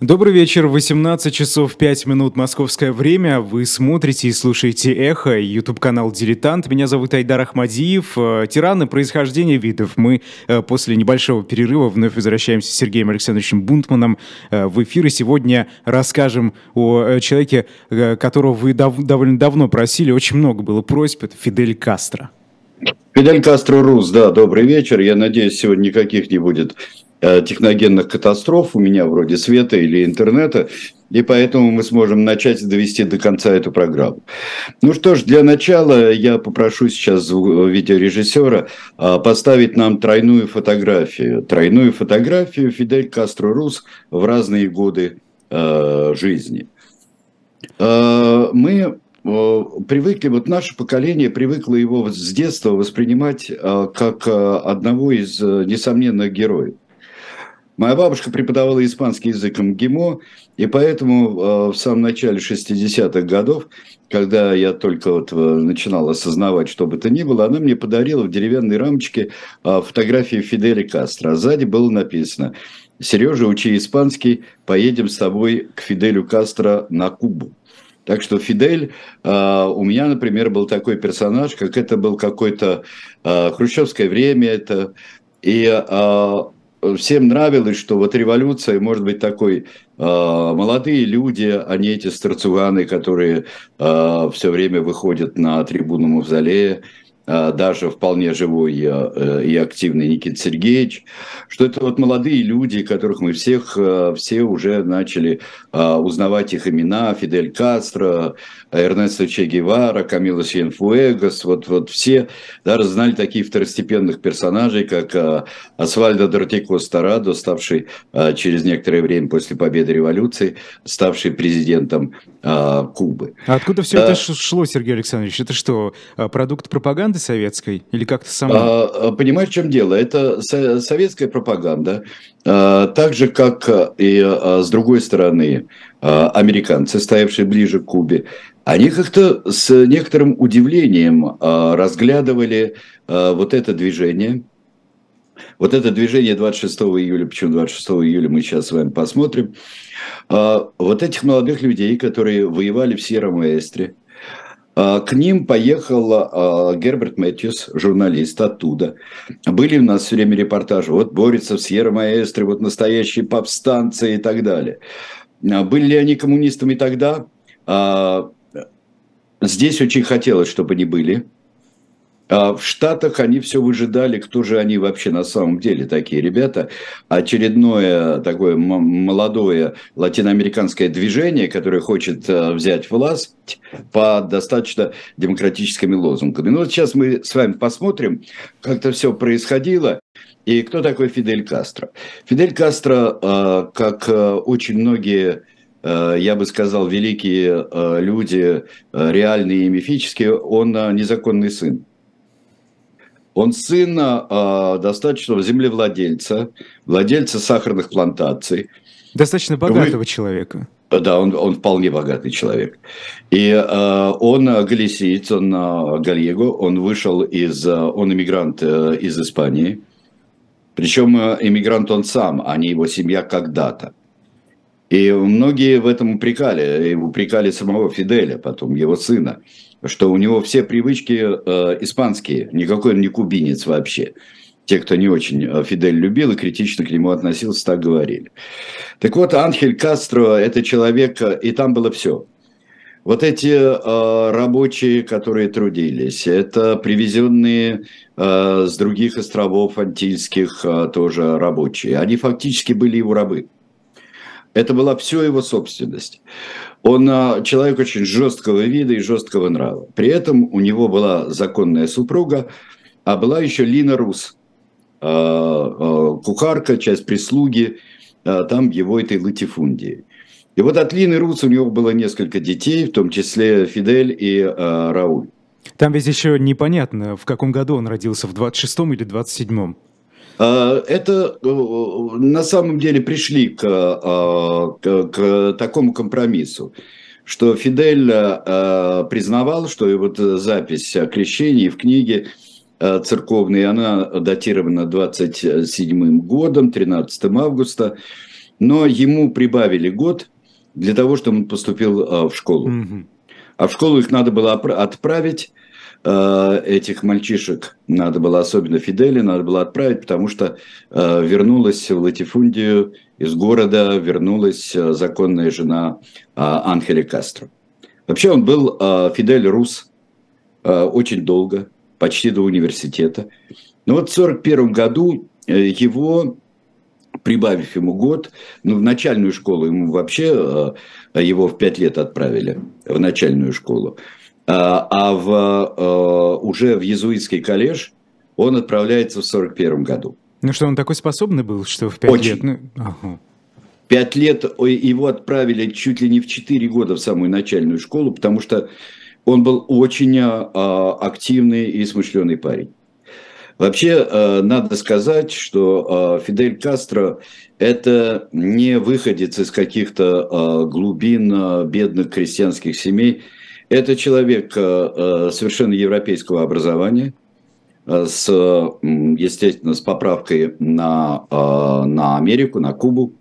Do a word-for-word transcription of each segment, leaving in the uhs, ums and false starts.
Добрый вечер, восемнадцать часов пять минут московское время. Вы смотрите и слушаете «Эхо», YouTube-канал «Дилетант». Меня зовут Айдар Ахмадиев. Э, Тираны происхождения видов. Мы э, после небольшого перерыва вновь возвращаемся с Сергеем Александровичем Бунтманом э, в эфир. И сегодня расскажем о э, человеке, э, которого вы дав- довольно давно просили. Очень много было просьб. Это Фидель Кастро. Фидель Кастро Рус, да, добрый вечер. Я надеюсь, сегодня никаких не будет э, техногенных катастроф у меня вроде света или интернета, и поэтому мы сможем начать и довести до конца эту программу. Ну что ж, для начала я попрошу сейчас видеорежиссера э, поставить нам тройную фотографию. Тройную фотографию Фидель Кастро Рус в разные годы э, жизни. Э, мы... привыкли, вот наше поколение привыкло его с детства воспринимать как одного из несомненных героев. Моя бабушка преподавала испанский язык МГИМО, и поэтому в самом начале шестидесятых годов, когда я только вот начинал осознавать, что бы то ни было, она мне подарила в деревянной рамочке фотографию Фиделя Кастро. А сзади было написано: «Сережа, учи испанский, поедем с тобой к Фиделю Кастро на Кубу». Так что Фидель, э, у меня, например, был такой персонаж, как это был какое-то э, хрущевское время, это, и э, всем нравилось, что вот революция может быть такой, э, молодые люди, а не эти старцуганы, которые э, все время выходят на трибуну Мавзолея, э, даже вполне живой э, и активный Никита Сергеевич, что это вот молодые люди, которых мы всех, э, все уже начали узнавать их имена: Фидель Кастро, Эрнесто Че Гевара, Камило Сиенфуэгос, вот, вот все даже знали таких второстепенных персонажей, как Освальдо Дортикос Торадо, ставший через некоторое время после победы революции, ставший президентом Кубы. А откуда все а... это шло, Сергей Александрович? Это что, продукт пропаганды советской или как-то само? А, понимаешь, в чем дело? Это советская пропаганда, так же, как и с другой стороны американцы, стоявшие ближе к Кубе. Они как-то с некоторым удивлением разглядывали вот это движение. Вот это движение двадцать шестого июля, почему двадцать шестого июля мы сейчас с вами посмотрим. Вот этих молодых людей, которые воевали в Сьерра-Маэстре. К ним поехал Герберт Мэтьюс, журналист оттуда. Были у нас все время репортажи: вот борются в Сьерра-Маэстре, вот настоящие повстанцы и так далее. Были ли они коммунистами тогда? Здесь очень хотелось, чтобы они были. В Штатах они все выжидали, кто же они вообще на самом деле, такие ребята. Очередное такое молодое латиноамериканское движение, которое хочет взять власть под достаточно демократическими лозунгами. Ну вот сейчас мы с вами посмотрим, как это все происходило. И кто такой Фидель Кастро? Фидель Кастро, как очень многие, я бы сказал, великие люди, реальные и мифические, он незаконный сын. Он сын э, достаточного землевладельца, владельца сахарных плантаций. Достаточно богатого Вы... человека. Да, он, он вполне богатый человек. И э, он галисиец, он э, галлего, он вышел из, э, он иммигрант э, из Испании. Причем э, иммигрант он сам, а не его семья когда-то. И многие в этом упрекали, упрекали самого Фиделя, потом его сына, что у него все привычки э, испанские, никакой он не кубинец вообще. Те, кто не очень Фидель любил и критично к нему относился, так говорили. Так вот, Анхель Кастро – это человек, и там было все. Вот эти э, рабочие, которые трудились, это привезенные э, с других островов антильских э, тоже рабочие. Они фактически были его рабы. Это была все его собственность. Он человек очень жесткого вида и жесткого нрава. При этом у него была законная супруга, а была еще Лина Рус, кухарка, часть прислуги там в его этой латифундии. И вот от Лины Рус у него было несколько детей, в том числе Фидель и Рауль. Там ведь еще непонятно, в каком году он родился, в двадцать шестом или двадцать седьмом. Это на самом деле пришли к, к, к такому компромиссу, что Фидель признавал, что и вот запись о крещении в книге церковной, она датирована двадцать седьмым годом, тринадцатого августа, но ему прибавили год для того, чтобы он поступил в школу. Mm-hmm. А в школу их надо было отправить, этих мальчишек, надо было, особенно Фиделя, надо было отправить, потому что вернулась в латифундию из города, вернулась законная жена Анхеля Кастро. Вообще он был, Фидель, рус очень долго, почти до университета. Но вот в сорок первом году его, прибавив ему год, ну, в начальную школу ему вообще, его в пять лет отправили, в начальную школу, а в, уже в иезуитский колледж он отправляется в сорок первом году. Ну что, он такой способный был, что в пять очень. лет? Ну, ага. Пять лет его отправили чуть ли не в четыре года в самую начальную школу, потому что он был очень активный и смышленый парень. Вообще, надо сказать, что Фидель Кастро – это не выходец из каких-то глубин бедных крестьянских семей. Это человек совершенно европейского образования, с, естественно, с поправкой на, на Америку, на Кубу.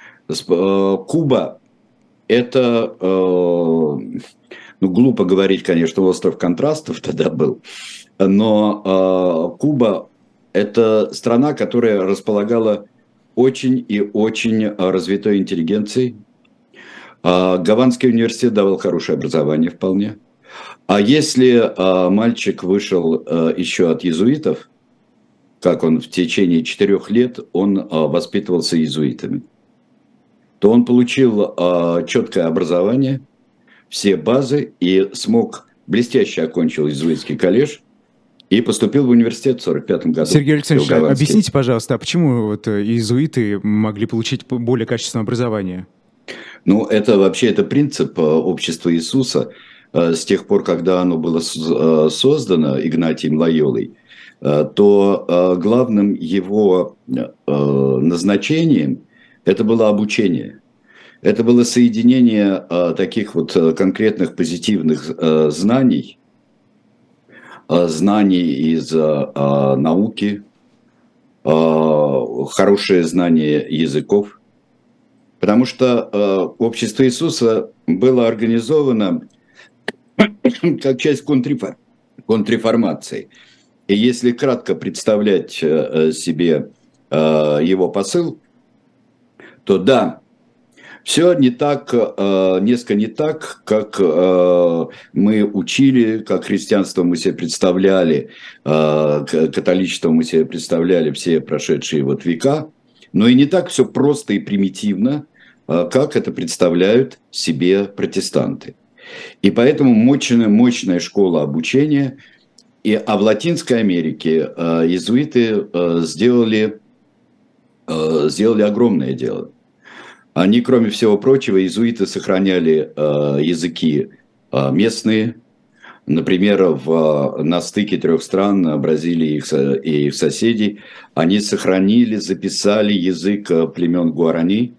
Куба – это, ну, глупо говорить, конечно, остров контрастов тогда был, но Куба – это страна, которая располагала очень и очень развитой интеллигенцией. Гаванский университет давал хорошее образование вполне. А если мальчик вышел еще от иезуитов, как он в течение четырех лет, он воспитывался иезуитами, то он получил четкое образование, все базы и смог, блестяще окончил иезуитский колледж и поступил в университет в сорок пятом году. Сергей Александрович, объясните, пожалуйста, а почему вот иезуиты могли получить более качественное образование? Ну, это вообще это принцип общества Иисуса. С тех пор, когда оно было создано Игнатием Лойолой, то главным его назначением это было обучение. Это было соединение таких вот конкретных позитивных знаний, знаний из науки, хорошее знание языков. Потому что общество Иисуса было организовано как часть контрреформации. И если кратко представлять себе его посыл, то да, все не так, несколько не так, как мы учили, как христианство мы себе представляли, католичество мы себе представляли все прошедшие вот века, но и не так все просто и примитивно, как это представляют себе протестанты. И поэтому мощная, мощная школа обучения. И, а в Латинской Америке иезуиты сделали, сделали огромное дело. Они, кроме всего прочего, иезуиты сохраняли языки местные. Например, в, на стыке трех стран, Бразилии и их соседей, они сохранили, записали язык племен Гуарани.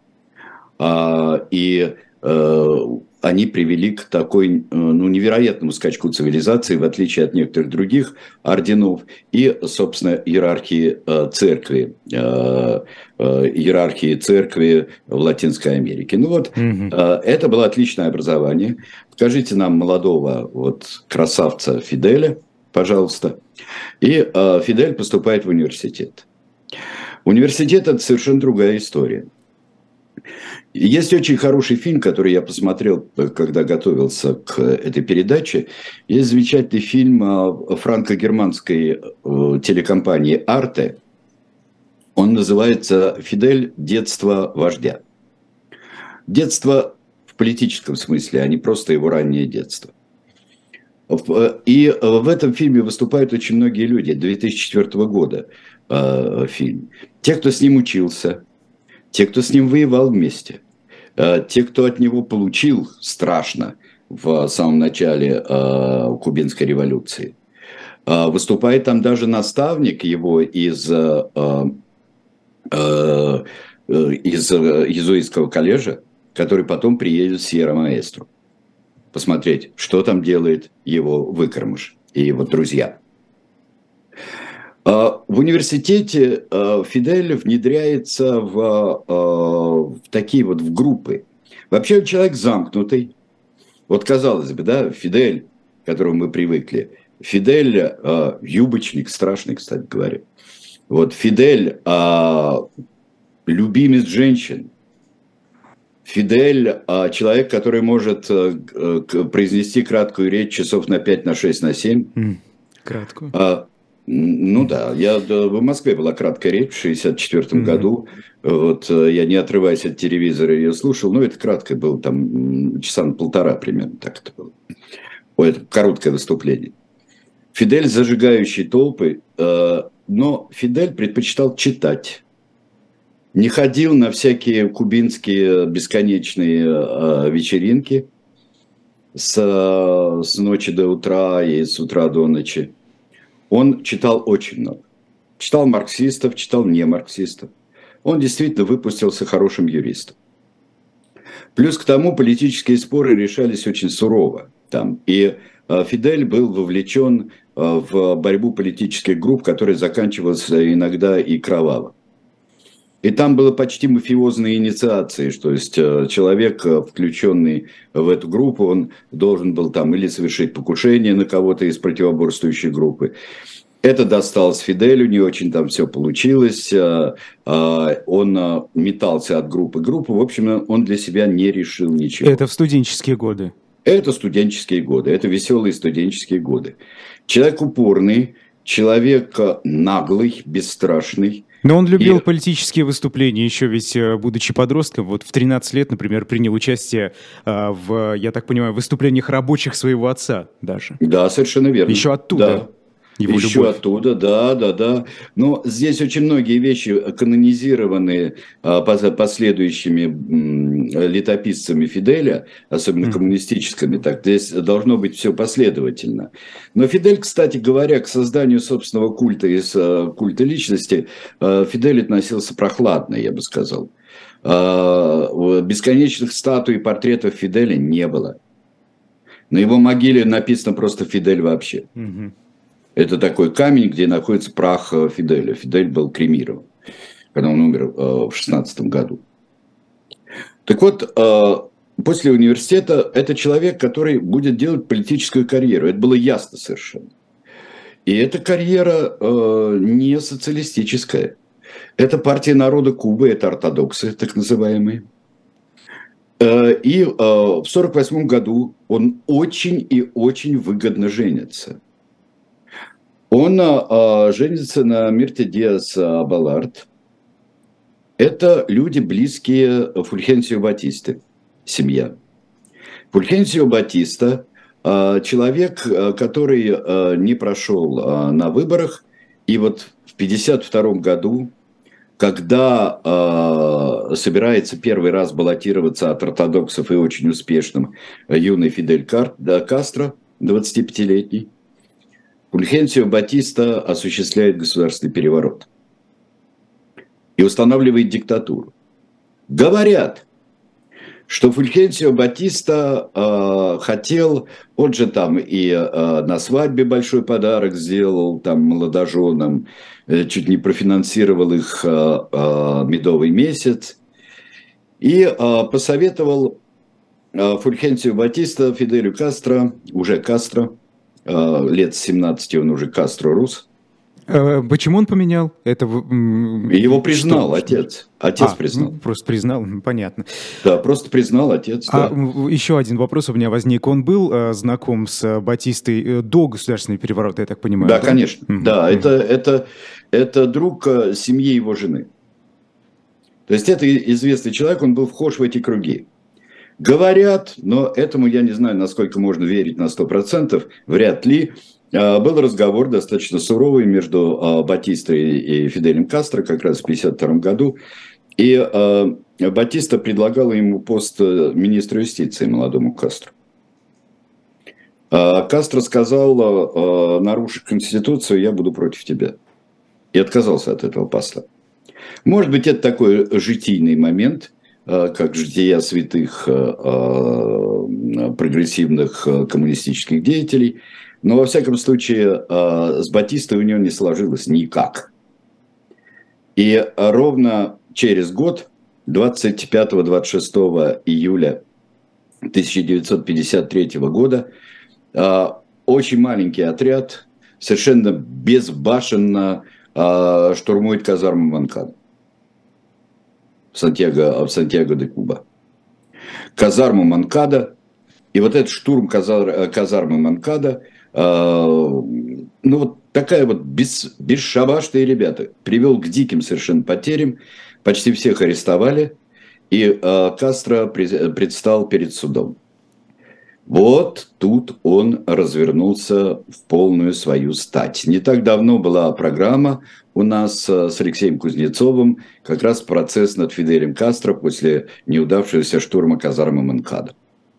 И они привели к такой, ну, невероятному скачку цивилизации, в отличие от некоторых других орденов, и, собственно, иерархии церкви, иерархии церкви в Латинской Америке. Ну вот, mm-hmm. это было отличное образование. Покажите нам молодого вот красавца Фиделя, пожалуйста. И Фидель поступает в университет. Университет – это совершенно другая история. Есть очень хороший фильм, который я посмотрел, когда готовился к этой передаче. Есть замечательный фильм франко-германской телекомпании «Арте». Он называется «Фидель. Детство вождя». Детство в политическом смысле, а не просто его раннее детство. И в этом фильме выступают очень многие люди. две тысячи четвёртого года фильм. Те, кто с ним учился, те, кто с ним воевал вместе, те, кто от него получил страшно в самом начале Кубинской революции. Выступает там даже наставник его из, из иезуитского колледжа, который потом приедет в Сьерра-Маэстро посмотреть, что там делает его выкормыш и его друзья. В университете Фидель внедряется в, в такие вот в группы. Вообще человек замкнутый. Вот казалось бы, да, Фидель, к которому мы привыкли. Фидель юбочник, страшный, кстати говоря. Вот Фидель любимец женщин. Фидель – человек, который может произнести краткую речь часов на пять, на шесть, на семь. Краткую? А, ну да, я, в Москве была краткая речь в шестьдесят четвёртом mm-hmm. году. Вот, я не отрываясь от телевизора ее слушал. Ну, это краткое было, там часа на полтора примерно, так это было. Ой, это короткое выступление. Фидель зажигающий толпы, но Фидель предпочитал читать. Не ходил на всякие кубинские бесконечные э, вечеринки с, с ночи до утра и с утра до ночи. Он читал очень много. Читал марксистов, читал не марксистов. Он действительно выпустился хорошим юристом. Плюс к тому политические споры решались очень сурово там. И э, Фидель был вовлечен э, в борьбу политических групп, которая заканчивалась иногда и кроваво. И там было почти мафиозные инициации, то есть человек, включенный в эту группу, он должен был там или совершить покушение на кого-то из противоборствующей группы. Это досталось Фиделю, не очень там все получилось, он метался от группы к группе, в общем, он для себя не решил ничего. Это в студенческие годы? Это студенческие годы, это веселые студенческие годы. Человек упорный, человек наглый, бесстрашный. Но он любил и... политические выступления еще, ведь будучи подростком, вот в тринадцать лет, например, принял участие э, в, я так понимаю, выступлениях рабочих своего отца даже. Да, совершенно верно. Еще оттуда. Да. Его Еще любовь. Оттуда, да, да, да. Но здесь очень многие вещи канонизированы а, последующими м, летописцами Фиделя, особенно mm. коммунистическими. Так, здесь должно быть все последовательно. Но Фидель, кстати говоря, к созданию собственного культа из а, культа личности, а, Фидель относился прохладно, я бы сказал. А, бесконечных статуй и портретов Фиделя не было. На его могиле написано просто «Фидель» вообще. Mm-hmm. Это такой камень, где находится прах Фиделя. Фидель был кремирован, когда он умер в шестнадцатом году. Так вот, после университета это человек, который будет делать политическую карьеру. Это было ясно совершенно. И эта карьера не социалистическая. Это партия народа Кубы, это ортодоксы, так называемые. И в сорок восьмом году он очень и очень выгодно женится. Он а, женится на Мирте Диас Баларт. Это люди, близкие Фульхенсио Батисте, семья. Фульхенсио Батиста а, человек, который а, не прошел а, на выборах. И вот в пятьдесят втором году, когда а, собирается первый раз баллотироваться от ортодоксов и очень успешным юный Фидель Кастро, двадцатипятилетний, Фульхенсио Батиста осуществляет государственный переворот и устанавливает диктатуру. Говорят, что Фульхенсио Батиста э, хотел, он же там и э, на свадьбе большой подарок сделал там молодоженам, э, чуть не профинансировал их э, э, медовый месяц и э, посоветовал э, Фульхенсио Батиста Фиделю Кастро, уже Кастро, лет семнадцати он уже Кастро Рус. Почему он поменял? Это... Его признал что? отец. Отец а, признал. Ну, просто признал, понятно. Да, просто признал отец. А да. Еще один вопрос у меня возник. Он был э, знаком с Батистой до государственного переворота, я так понимаю? Да, да? конечно. Mm-hmm. Да, mm-hmm. Это, это, это друг семьи его жены. То есть это известный человек, он был вхож в эти круги. Говорят, но этому я не знаю, насколько можно верить на сто процентов, вряд ли. Был разговор достаточно суровый между Батистой и Фиделем Кастро как раз в пятьдесят втором году. И Батиста предлагал ему пост министра юстиции молодому Кастро. Кастро сказал: нарушив Конституцию, я буду против тебя. И отказался от этого поста. Может быть, это такой житийный момент, как жития святых прогрессивных коммунистических деятелей. Но, во всяком случае, с Батистой у него не сложилось никак. И ровно через год, двадцать пятого — двадцать шестого июля тысяча девятьсот пятьдесят третьего года, очень маленький отряд совершенно безбашенно штурмует казарму Монкада в Сантьяго, в Сантьяго-де-Куба. Казарму Монкада, и вот этот штурм казар, казармы Монкада, ну вот такая вот без, бесшабашные ребята, привел к диким совершенно потерям, почти всех арестовали, и Кастро предстал перед судом. Вот тут он развернулся в полную свою стать. Не так давно была программа у нас с Алексеем Кузнецовым, как раз процесс над Фиделем Кастро после неудавшегося штурма казармы Монкада.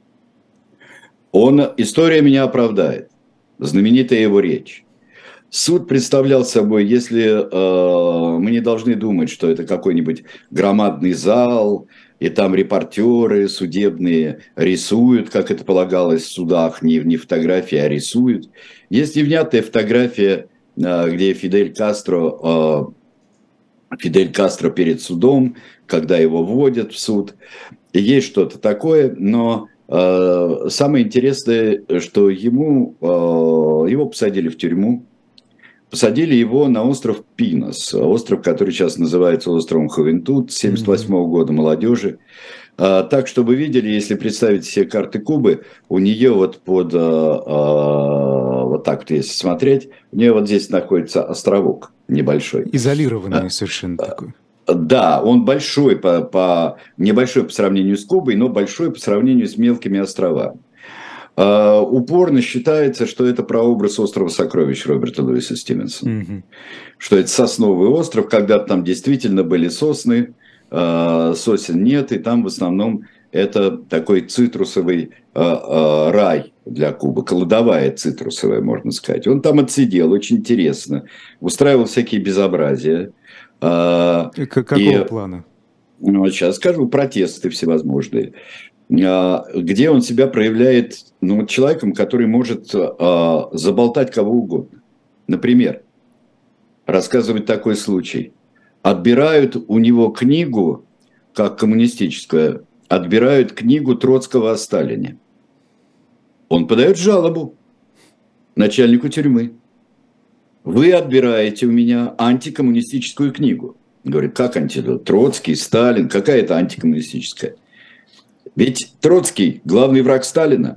Он, история меня оправдает, знаменитая его речь. Суд представлял собой, если э, мы не должны думать, что это какой-нибудь громадный зал, и там репортеры судебные рисуют, как это полагалось в судах, не, не фотографии, а рисуют. Есть невнятная фотография, э, где Фидель Кастро, э, Фидель Кастро перед судом, когда его вводят в суд. И есть что-то такое, но э, самое интересное, что ему, э, его посадили в тюрьму. Посадили его на остров Пинос, остров, который сейчас называется островом Хувентуд, семьдесят восьмого года, молодежи. А, так, чтобы вы видели, если представить себе карты Кубы, у нее вот под, а, а, вот так вот если смотреть, у нее вот здесь находится островок небольшой. Изолированный а, совершенно а, такой. Да, он большой, по, по, небольшой по сравнению с Кубой, но большой по сравнению с мелкими островами. Uh, упорно считается, что это прообраз острова сокровищ Роберта Луиса Стивенсона. Mm-hmm. Что это сосновый остров, когда-то там действительно были сосны, uh, сосен нет, и там в основном это такой цитрусовый uh, uh, рай для Кубы, кладовая цитрусовая, можно сказать. Он там отсидел, очень интересно, устраивал всякие безобразия. Uh, Какого и, плана? Ну, сейчас скажу, протесты всевозможные. Где он себя проявляет, ну, человеком, который может а, заболтать кого угодно. Например, рассказывает такой случай. Отбирают у него книгу, как коммунистическую, отбирают книгу Троцкого о Сталине. Он подает жалобу начальнику тюрьмы. Вы отбираете у меня антикоммунистическую книгу. Говорит, как антидот? Троцкий, Сталин, какая это антикоммунистическая? Ведь Троцкий – главный враг Сталина.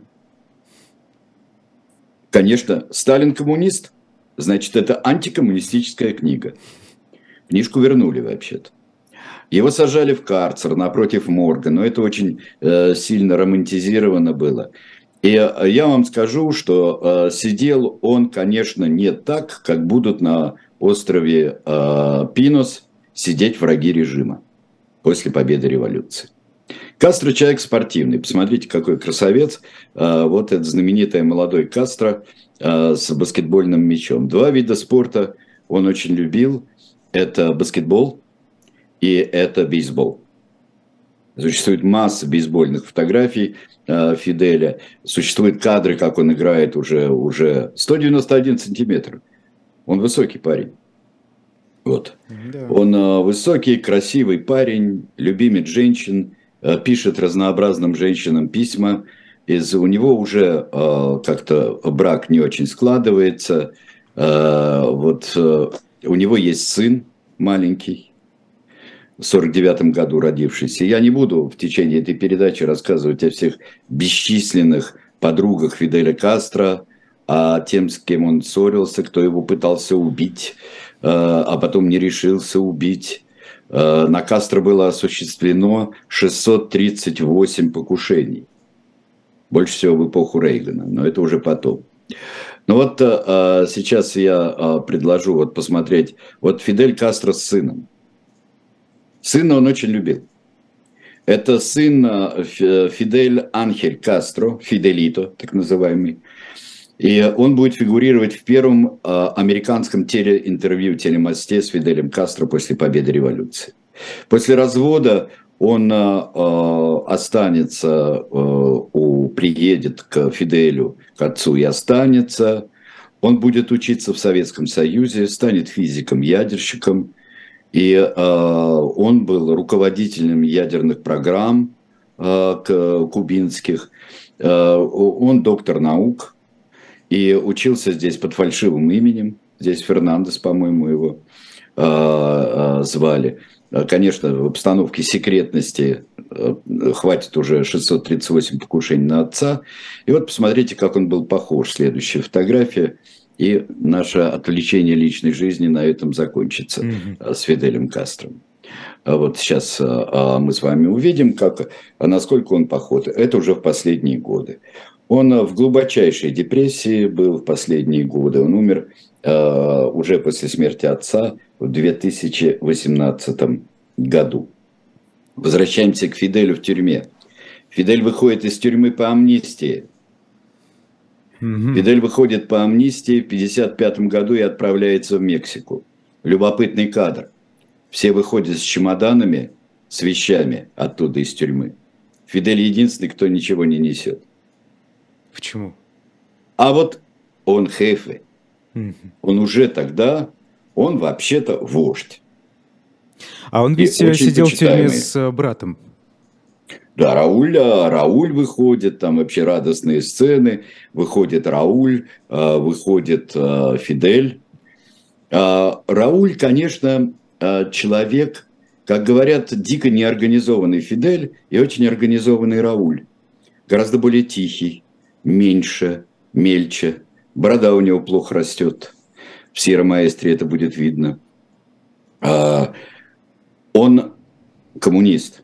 Конечно, Сталин коммунист, значит, это антикоммунистическая книга. Книжку вернули вообще-то. Его сажали в карцер напротив морга, но это очень э, сильно романтизировано было. И э, я вам скажу, что э, сидел он, конечно, не так, как будут на острове э, Пинос сидеть враги режима после победы революции. Кастро человек спортивный. Посмотрите, какой красавец. Вот этот знаменитый молодой Кастро с баскетбольным мячом. Два вида спорта он очень любил. Это баскетбол и это бейсбол. Существует масса бейсбольных фотографий Фиделя. Существуют кадры, как он играет уже, уже сто девяносто один сантиметр. Он высокий парень. Вот. Да. Он высокий, красивый парень, любимец женщин. Пишет разнообразным женщинам письма. Из, у него уже э, как-то брак не очень складывается. Э, вот, э, у него есть сын маленький, в сорок девятом году родившийся. Я не буду в течение этой передачи рассказывать о всех бесчисленных подругах Фиделя Кастро, о тем, с кем он ссорился, кто его пытался убить, э, а потом не решился убить. На Кастро было осуществлено шестьсот тридцать восемь покушений. Больше всего в эпоху Рейгана, но это уже потом. Ну вот сейчас я предложу вот посмотреть. Вот Фидель Кастро с сыном. Сына он очень любил. Это сын Фидель Анхель Кастро, Фиделито, так называемый. И он будет фигурировать в первом э, американском телеинтервью, телемосте с Фиделем Кастро после победы революции. После развода он э, останется, э, у, приедет к Фиделю, к отцу и останется. Он будет учиться в Советском Союзе, станет физиком-ядерщиком, и э, он был руководителем ядерных программ э, кубинских. Э, он доктор наук и учился здесь под фальшивым именем. Здесь Фернандес, по-моему, его э, э, звали. Конечно, в обстановке секретности хватит уже шестьсот тридцать восемь покушений на отца. И вот посмотрите, как он был похож. Следующая фотография. И наше отвлечение личной жизни на этом закончится mm-hmm. с Фиделем Кастро. Вот сейчас мы с вами увидим, как, насколько он похож. Это уже в последние годы. Он в глубочайшей депрессии был в последние годы. Он умер э, уже после смерти отца в две тысячи восемнадцатом году. Возвращаемся к Фиделю в тюрьме. Фидель выходит из тюрьмы по амнистии. Mm-hmm. Фидель выходит по амнистии в пятьдесят пятом году и отправляется в Мексику. Любопытный кадр. Все выходят с чемоданами, с вещами оттуда из тюрьмы. Фидель единственный, кто ничего не несет. Почему? А вот он хефе. Mm-hmm. Он уже тогда, он вообще-то вождь. А он ведь сидел в тюрьме с братом. Да, Рауль, Рауль выходит, там вообще радостные сцены. Выходит Рауль, выходит Фидель. Рауль, конечно, человек, как говорят, дико неорганизованный Фидель и очень организованный Рауль. Гораздо более тихий, меньше, мельче. Борода у него плохо растет. В Сьерра Маэстре это будет видно. Он коммунист.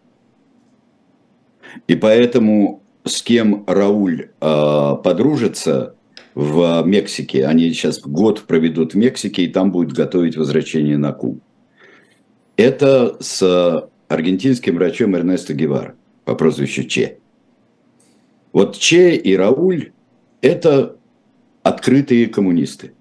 И поэтому с кем Рауль подружится в Мексике, они сейчас год проведут в Мексике, и там будут готовить возвращение на Кубу. Это с аргентинским врачом Эрнесто Гевара по прозвищу Че. Вот Че и Рауль – это открытые коммунисты.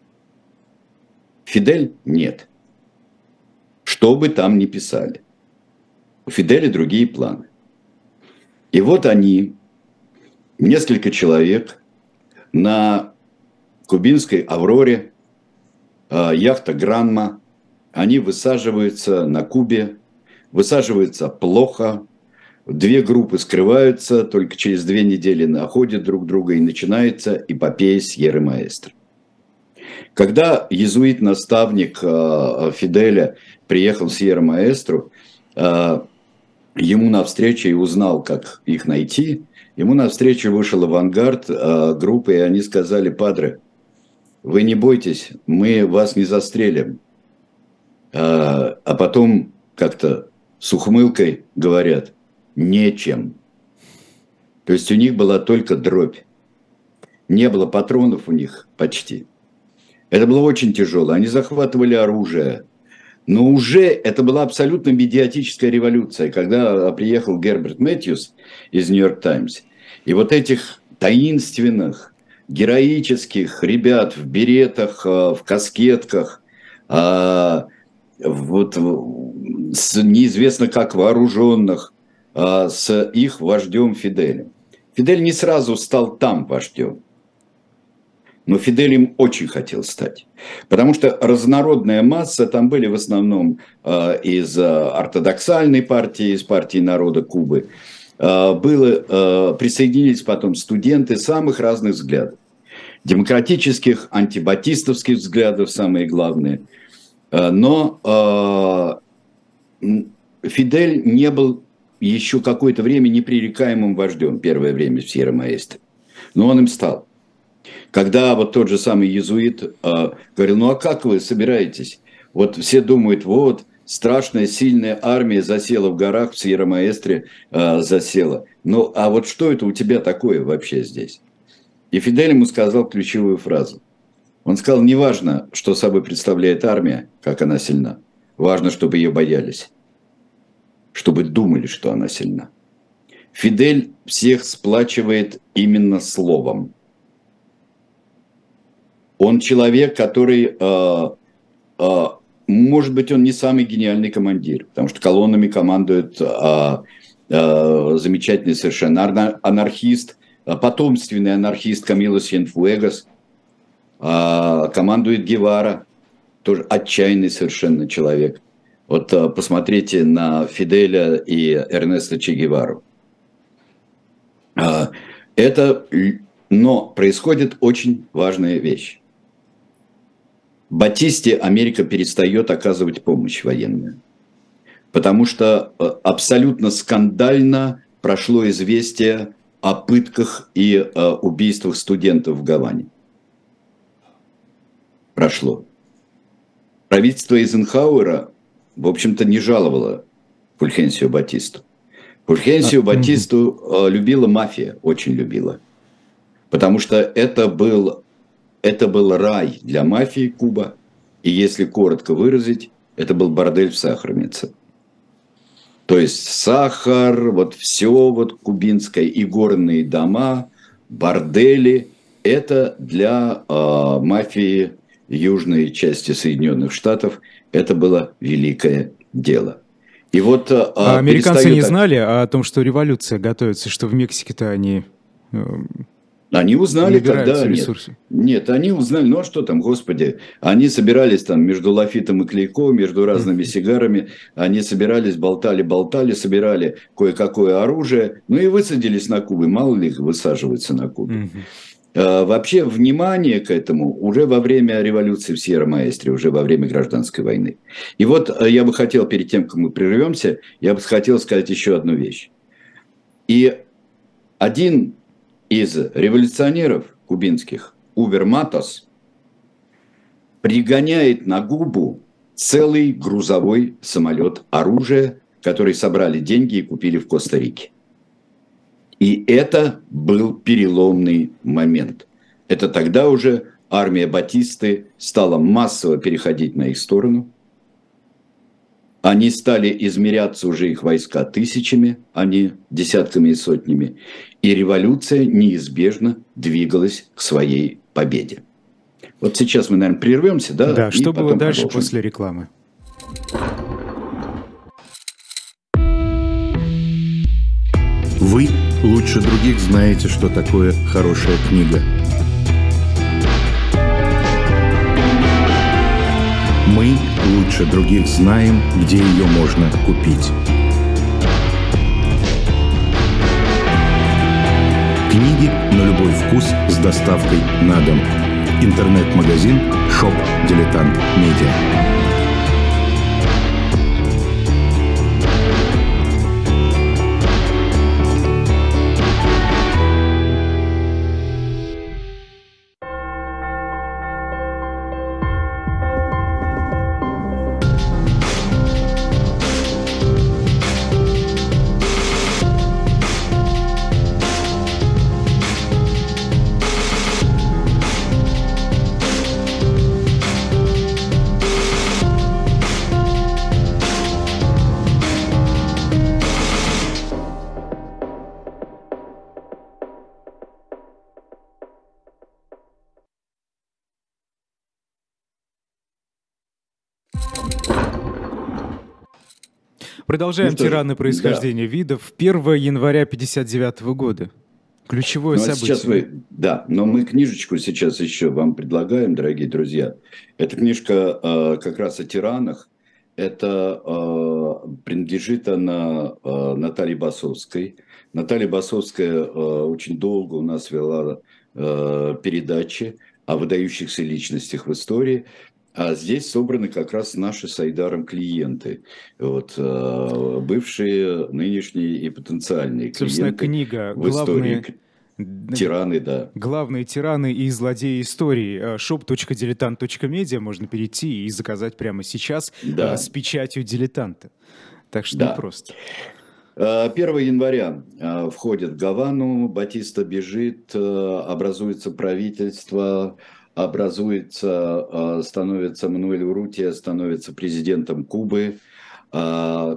Фидель – нет. Что бы там ни писали. У Фиделя другие планы. И вот они, несколько человек, на кубинской Авроре, яхта Гранма, они высаживаются на Кубе, высаживаются плохо, две группы скрываются, только через две недели находят друг друга, и начинается эпопея Сьерры Маэстро. Когда иезуит-наставник Фиделя приехал в Сьерра Маэстро, ему навстречу и узнал, как их найти, ему навстречу вышел авангард группы, и они сказали: «Падре, вы не бойтесь, мы вас не застрелим». А потом как-то с ухмылкой говорят: «Нечем». То есть у них была только дробь. Не было патронов у них почти. Это было очень тяжело. Они захватывали оружие. Но уже это была абсолютно медиатическая революция, когда приехал Герберт Мэтьюс из «Нью-Йорк Таймс», и вот этих таинственных, героических ребят в беретах, в каскетках, вот, с неизвестно как вооруженных, с их вождем Фиделем. Фидель не сразу стал там вождем. Но Фидель им очень хотел стать. Потому что разнородная масса, там были в основном э, из э, ортодоксальной партии, из партии народа Кубы. Э, было, э, присоединились потом студенты самых разных взглядов. Демократических, антибатистовских взглядов, самые главные. Э, но э, Фидель не был еще какое-то время непререкаемым вождем, первое время в Сьерра Маэстро. Но он им стал. Когда вот тот же самый иезуит э, говорил: ну а как вы собираетесь? Вот все думают, вот страшная сильная армия засела в горах, в Сьерра Маэстре э, засела. Ну а вот что это у тебя такое вообще здесь? И Фидель ему сказал ключевую фразу. Он сказал: не важно, что собой представляет армия, как она сильна. Важно, чтобы ее боялись. Чтобы думали, что она сильна. Фидель всех сплачивает именно словом. Он человек, который, э, э, может быть, он не самый гениальный командир, потому что колоннами командует э, э, замечательный совершенно анархист, потомственный анархист Камило Сьенфуэгас. А командует Гевара, тоже отчаянный совершенно человек. Вот посмотрите на Фиделя и Эрнеста Че Гевару. Это, но происходит очень важная вещь. Батисте Америка перестает оказывать помощь военную, потому что абсолютно скандально прошло известие о пытках и убийствах студентов в Гаване. Прошло. Правительство Эйзенхауэра, в общем-то, не жаловало Фульхенсио Батисту. Фульхенсио Батисту любила мафия, очень любила. Потому что это был, это был рай для мафии Куба. И если коротко выразить, это был бордель в сахарнице. То есть сахар, вот все вот кубинское, и горные дома, бордели. Это для э, мафии южной части Соединенных Штатов это было великое дело. И вот, э, а американцы не так... знали о том, что революция готовится, что в Мексике-то они... Э... Они узнали, когда... Нет, нет, они узнали, ну а что там, господи, они собирались там между лафитом и клейко, между разными сигарами, они собирались, болтали, болтали, собирали кое-какое оружие, ну и высадились на Кубе, мало ли высаживаются на Кубе. Uh-huh. Вообще внимание к этому уже во время революции в Сьерра-Маэстре, уже во время гражданской войны. И вот я бы хотел, перед тем, как мы прервемся, я бы хотел сказать еще одну вещь. И один из революционеров кубинских, Убер Матос, пригоняет на Кубу целый грузовой самолет оружия, который собрали деньги и купили в Коста-Рике. И это был переломный момент. Это тогда уже армия Батисты стала массово переходить на их сторону. Они стали измеряться уже их войска тысячами, а не десятками и сотнями. И революция неизбежно двигалась к своей победе. Вот сейчас мы, наверное, прервемся, да? Да, что было дальше продолжим. После рекламы? Вы лучше других знаете, что такое хорошая книга. Мы лучше других знаем, где ее можно купить. Книги на любой вкус с доставкой на дом. Интернет-магазин Shop Дилетант Медиа. Продолжаем ну, тираны происхождения да. видов. первого января пятьдесят девятого года. Ключевое ну, событие. Сейчас вы, да, но мы книжечку сейчас еще вам предлагаем, дорогие друзья. Эта книжка э, как раз о тиранах. Это э, принадлежит она э, Наталье Басовской. Наталья Басовская э, очень долго у нас вела э, передачи о выдающихся личностях в истории. А здесь собраны как раз наши с Айдаром клиенты. Вот, бывшие, нынешние и потенциальные клиенты. Собственно, книга в истории. Тираны, да. Главные тираны и злодеи истории. шоп точка дилетант точка медиа можно перейти и заказать прямо сейчас да. с печатью дилетанта. Так что да. непросто. первого января входит в Гавану, Батиста бежит, образуется правительство, образуется, становится Мануэль Уррутия, становится президентом Кубы. Пока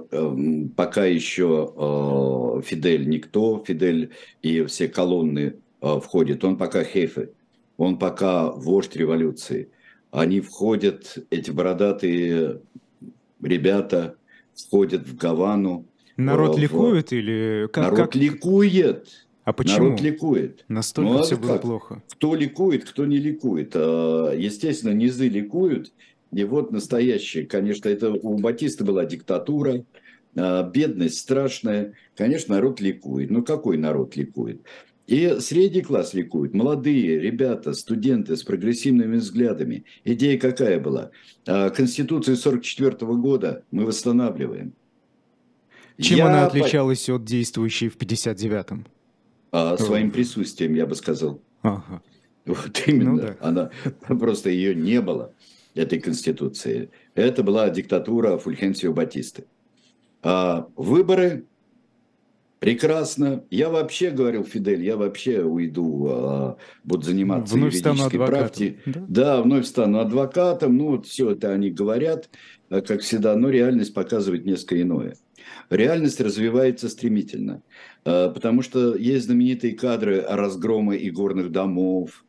еще Фидель никто, Фидель и все колонны входят. Он пока хефе, он пока вождь революции. Они входят, эти бородатые ребята входят в Гавану. Народ в... ликует или... Как, Народ как... ликует. А почему? Народ ликует. Настолько ну, все было как? плохо. Кто ликует, кто не ликует. Естественно, низы ликуют. И вот настоящее. Конечно, это у Батисты была диктатура, бедность страшная. Конечно, народ ликует. Но какой народ ликует? И средний класс ликует. Молодые ребята, студенты с прогрессивными взглядами. Идея какая была? Конституцию сорок четвёртого года мы восстанавливаем. Чем я она отличалась по... от действующей в пятьдесят девятом? А, своим присутствием, я бы сказал. Ага. Вот именно. Ну, да. Она, просто ее не было, этой Конституции. Это была диктатура Фульхенсио Батисты. А выборы прекрасно. Я вообще, говорил Фидель, я вообще уйду, а, буду заниматься вновь юридической практикой. Да? да, вновь стану адвокатом. Ну, вот все это они говорят, как всегда, но реальность показывает несколько иное. Реальность развивается стремительно, потому что есть знаменитые кадры разгрома игорных домов,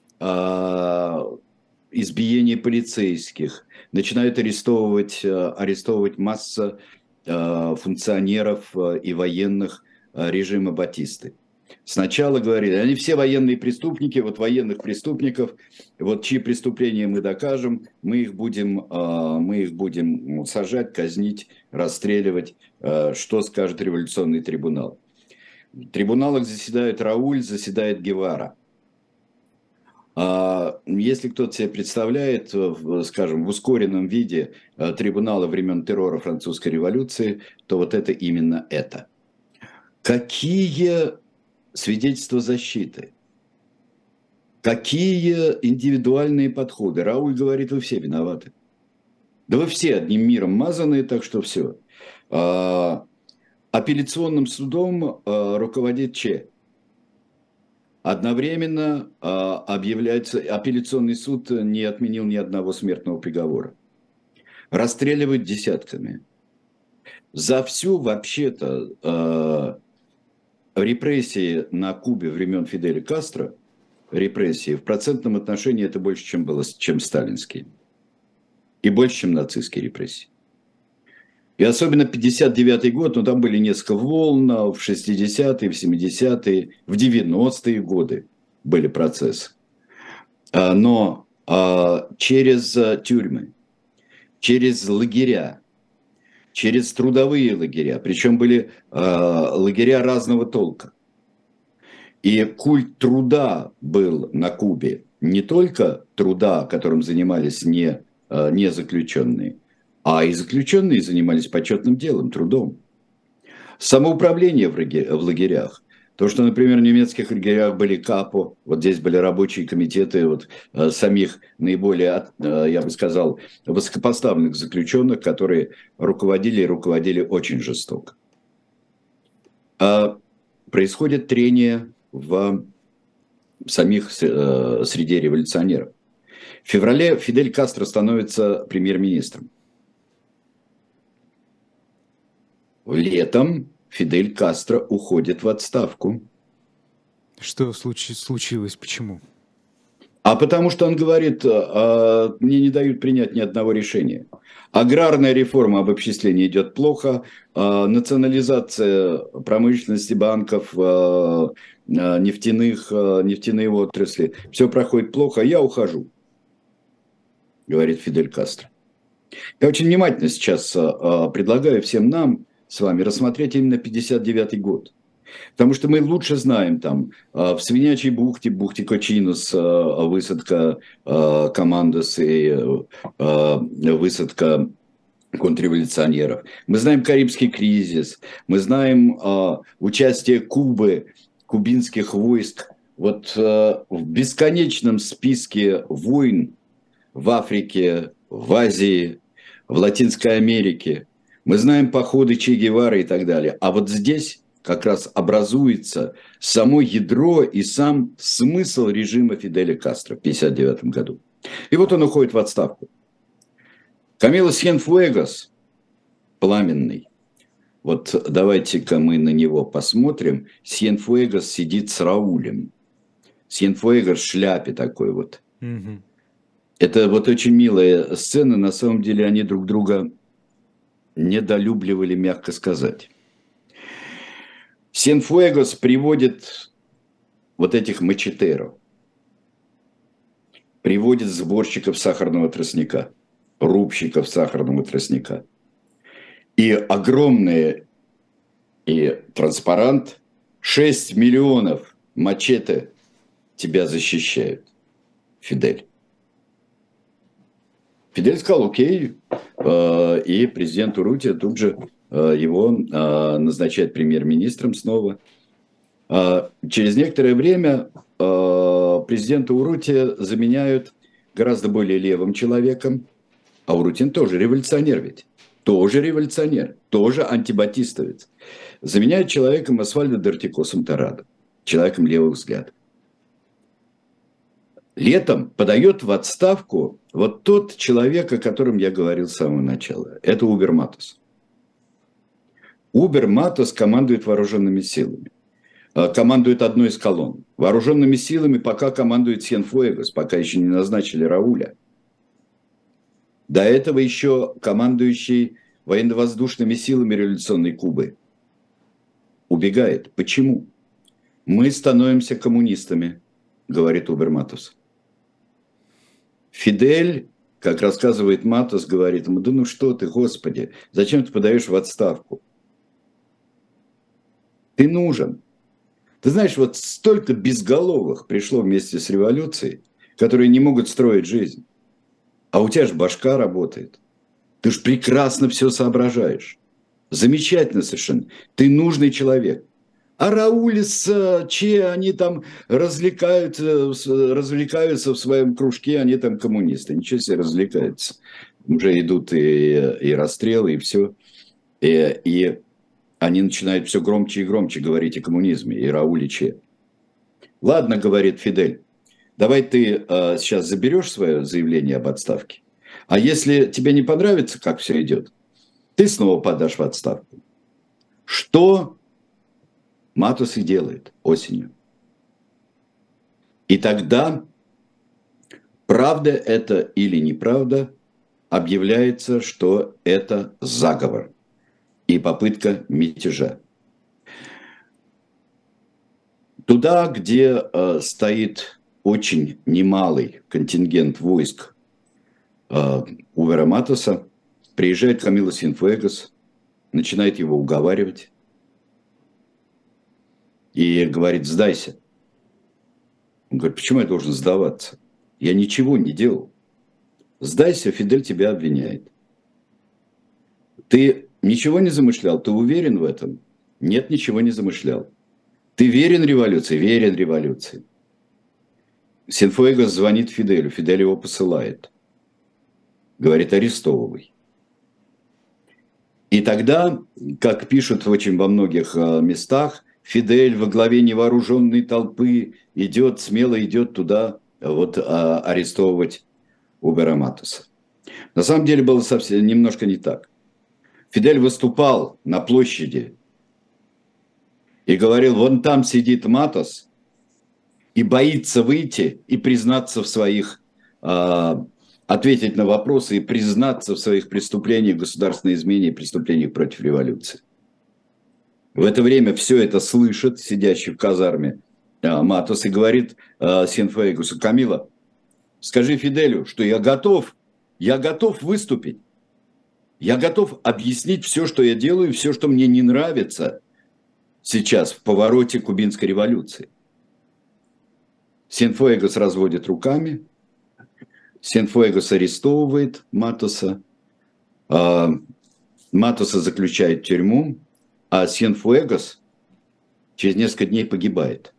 избиение полицейских, начинают арестовывать, арестовывать масса функционеров и военных режима Батисты. Сначала говорили, они все военные преступники, вот военных преступников, вот чьи преступления мы докажем, мы их будем, мы их будем сажать, казнить, расстреливать, что скажет революционный трибунал. В трибуналах заседает Рауль, заседает Гевара. Если кто-то себе представляет, скажем, в ускоренном виде трибунала времен террора французской революции, то вот это именно это. Какие свидетельства защиты? Какие индивидуальные подходы? Рауль говорит, вы все виноваты. Да вы все одним миром мазанные, так что все. Апелляционным судом руководит Че. Одновременно объявляется, апелляционный суд не отменил ни одного смертного приговора. Расстреливают десятками. За всю вообще-то репрессии на Кубе времен Фиделя Кастро, репрессии в процентном отношении это больше, чем было, чем сталинские. И больше, чем нацистские репрессии. И особенно пятьдесят девятый год, ну там были несколько волн, в шестидесятые, в семидесятые, в девяностые годы были процессы. Но через тюрьмы, через лагеря, через трудовые лагеря, причем были лагеря разного толка. И культ труда был на Кубе, не только труда, которым занимались не, не заключенные, а и заключенные занимались почетным делом, трудом. Самоуправление в лагерях. То, что, например, в немецких лагерях были капо, вот здесь были рабочие комитеты вот, самих наиболее, я бы сказал, высокопоставленных заключенных, которые руководили и руководили очень жестоко. А происходит трение в самих среде революционеров. В феврале Фидель Кастро становится премьер-министром. Летом Фидель Кастро уходит в отставку. Что случ- случилось? Почему? А потому что он говорит, мне не дают принять ни одного решения. Аграрная реформа об обобществления идет плохо, национализация промышленности, банков, нефтяных, нефтяные отрасли, все проходит плохо, я ухожу, говорит Фидель Кастро. Я очень внимательно сейчас предлагаю всем нам с вами рассмотреть именно пятьдесят девятый год. Потому что мы лучше знаем там в Свинячьей бухте, бухте Кочинус, высадка командос и высадка контрреволюционеров. Мы знаем Карибский кризис, мы знаем участие Кубы, кубинских войск. Вот в бесконечном списке войн в Африке, в Азии, в Латинской Америке. Мы знаем походы Че Гевары и так далее. А вот здесь как раз образуется само ядро и сам смысл режима Фиделя Кастро в тысяча девятьсот пятьдесят девятом году. И вот он уходит в отставку. Камило Сьенфуэгос, пламенный. Вот давайте-ка мы на него посмотрим. Сьенфуэгос сидит с Раулем. Сьенфуэгос в шляпе такой вот. Mm-hmm. Это вот очень милая сцена. На самом деле они друг друга недолюбливали, мягко сказать. Синфуэгос приводит вот этих мачетеров, приводит сборщиков сахарного тростника, рубщиков сахарного тростника. И огромный и транспарант, шесть миллионов мачете тебя защищают, Фидель. Фидель сказал, окей, и президент Уррутия тут же его назначает премьер-министром снова. Через некоторое время президента Уррутия заменяют гораздо более левым человеком, а Уррутин тоже революционер ведь, тоже революционер, тоже антибатистовец. Заменяют человеком Освальдо Дортикосом Торадо, человеком левых взглядов. Летом подает в отставку вот тот человек, о котором я говорил с самого начала. Это Убер Матос. Убер Матос командует вооруженными силами. Командует одной из колонн. Вооруженными силами пока командует Синфуэгос, пока еще не назначили Рауля. До этого еще командующий военно-воздушными силами революционной Кубы убегает. Почему? Мы становимся коммунистами, говорит Убер Матос. Фидель, как рассказывает Матос, говорит ему, да ну что ты, Господи, зачем ты подаешь в отставку? Ты нужен. Ты знаешь, вот столько безголовых пришло вместе с революцией, которые не могут строить жизнь. А у тебя же башка работает. Ты же прекрасно все соображаешь. Замечательно совершенно. Ты нужный человек. А Рауль с Че, они там развлекаются, развлекаются в своем кружке, они там коммунисты. Ничего себе развлекаются. Уже идут и, и расстрелы, и все. И, и они начинают все громче и громче говорить о коммунизме, и Рауле Че. Ладно, говорит Фидель, давай ты э, сейчас заберешь свое заявление об отставке. А если тебе не понравится, как все идет, ты снова подашь в отставку. Что Матос и делает осенью. И тогда, правда это или неправда, объявляется, что это заговор и попытка мятежа. Туда, где э, стоит очень немалый контингент войск э, Убера Матоса, приезжает Камило Синфуэгос, начинает его уговаривать и говорит, сдайся. Он говорит, почему я должен сдаваться? Я ничего не делал. Сдайся, Фидель тебя обвиняет. Ты ничего не замышлял? Ты уверен в этом? Нет, ничего не замышлял. Ты верен революции? Верен революции. Синфуэгос звонит Фиделю, Фидель его посылает. Говорит, арестовывай. И тогда, как пишут очень во многих местах, Фидель во главе невооруженной толпы идет, смело идет туда вот, а, арестовывать Убера Матоса. На самом деле было совсем немножко не так. Фидель выступал на площади и говорил, вон там сидит Матос и боится выйти и признаться в своих, а, ответить на вопросы и признаться в своих преступлениях, государственной измене и преступлениях против революции. В это время все это слышит сидящий в казарме Матос и говорит Синфуэгосу, Камило, скажи Фиделю, что я готов, я готов выступить. Я готов объяснить все, что я делаю, все, что мне не нравится сейчас в повороте кубинской революции. Синфуэгос разводит руками, Синфуэгос арестовывает Матоса, Матоса заключает в тюрьму, а Синфуэгос через несколько дней погибает.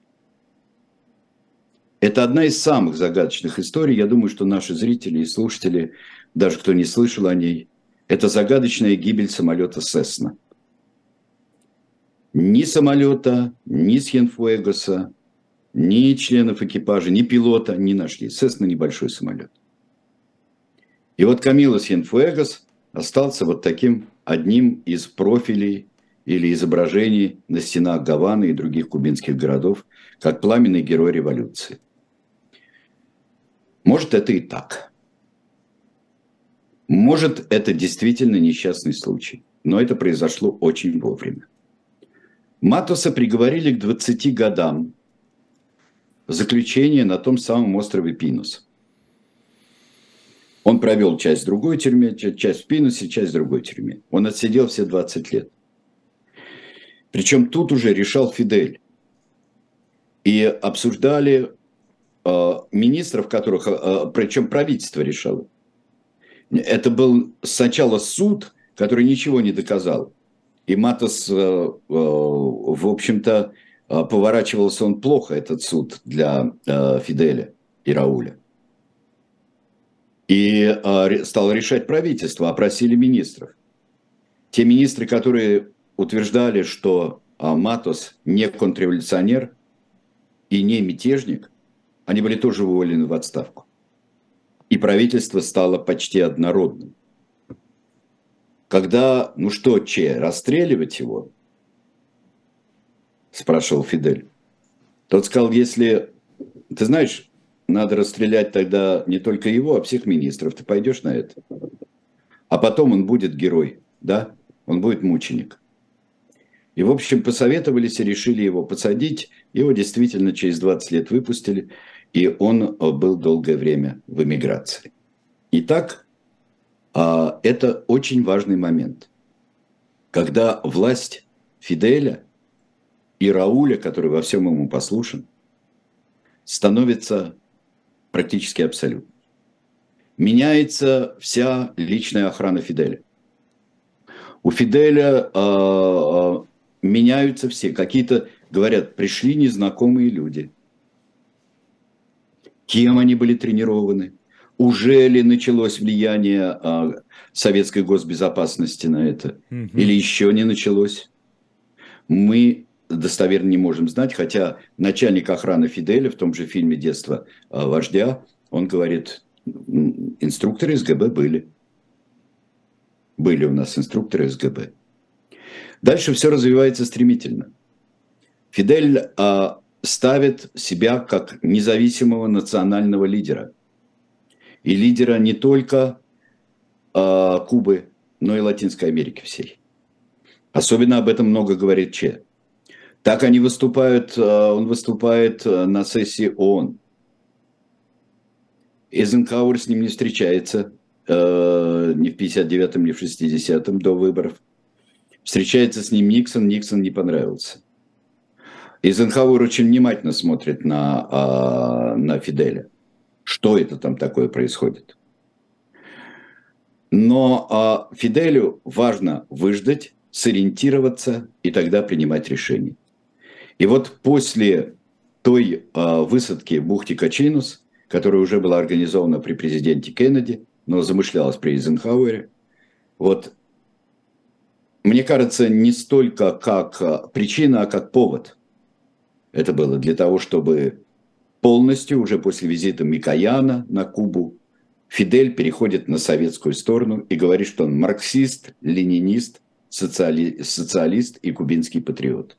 Это одна из самых загадочных историй. Я думаю, что наши зрители и слушатели, даже кто не слышал о ней, это загадочная гибель самолета «Сесна». Ни самолета, ни Синфуэгоса, ни членов экипажа, ни пилота не нашли. «Сесна» небольшой самолет. И вот Камило Синфуэгос остался вот таким одним из профилей или изображений на стенах Гаваны и других кубинских городов, как пламенный герой революции. Может, это и так. Может, это действительно несчастный случай. Но это произошло очень вовремя. Матоса приговорили к двадцати годам заключения на том самом острове Пинус. Он провел часть в другой тюрьме, часть в Пинусе, часть в другой тюрьме. Он отсидел все двадцать лет. Причем тут уже решал Фидель. И обсуждали э, министров, которых, э, причем правительство решало. Это был сначала суд, который ничего не доказал. И Матос, э, э, в общем-то, э, поворачивался он плохо, этот суд, для э, Фиделя и Рауля. И э, стало решать правительство, опросили министров. Те министры, которые утверждали, что э, Матос не контрреволюционер и не мятежник, они были тоже уволены в отставку. И правительство стало почти однородным. Когда, ну что, Че, расстреливать его? Спрашивал Фидель. Тот сказал, если, ты знаешь, надо расстрелять тогда не только его, а всех министров. Ты пойдешь на это? А потом он будет герой, да? Он будет мученик. И, в общем, посоветовались и решили его посадить. Его действительно через двадцать лет выпустили, и он был долгое время в эмиграции. Итак, это очень важный момент, когда власть Фиделя и Рауля, который во всем ему послушен, становится практически абсолютной. Меняется вся личная охрана Фиделя. У Фиделя э, меняются все. Какие-то, говорят, пришли незнакомые люди. Кем они были тренированы? Уже ли началось влияние э, советской госбезопасности на это? Mm-hmm. Или еще не началось? Мы достоверно не можем знать, хотя начальник охраны Фиделя в том же фильме «Детство э, вождя», он говорит, инструкторы СГБ были. Были у нас инструкторы СГБ. Дальше все развивается стремительно. Фидель э, ставит себя как независимого национального лидера. И лидера не только э, Кубы, но и Латинской Америки всей. Особенно об этом много говорит Че. Так они выступают, э, он выступает на сессии ООН. Эйзенхауэр с ним не встречается э, ни в пятьдесят девятом, ни в шестидесятом, до выборов. Встречается с ним Никсон, Никсон не понравился. Эйзенхауэр очень внимательно смотрит на, э, на Фиделя. Что это там такое происходит? Но а, Фиделю важно выждать, сориентироваться и тогда принимать решения. И вот после той а, высадки в бухте Качинус, которая уже была организована при президенте Кеннеди, но замышлялась при Эйзенхауэре, вот, мне кажется, не столько как причина, а как повод. Это было для того, чтобы полностью, уже после визита Микояна на Кубу, Фидель переходит на советскую сторону и говорит, что он марксист, ленинист, социали... социалист и кубинский патриот.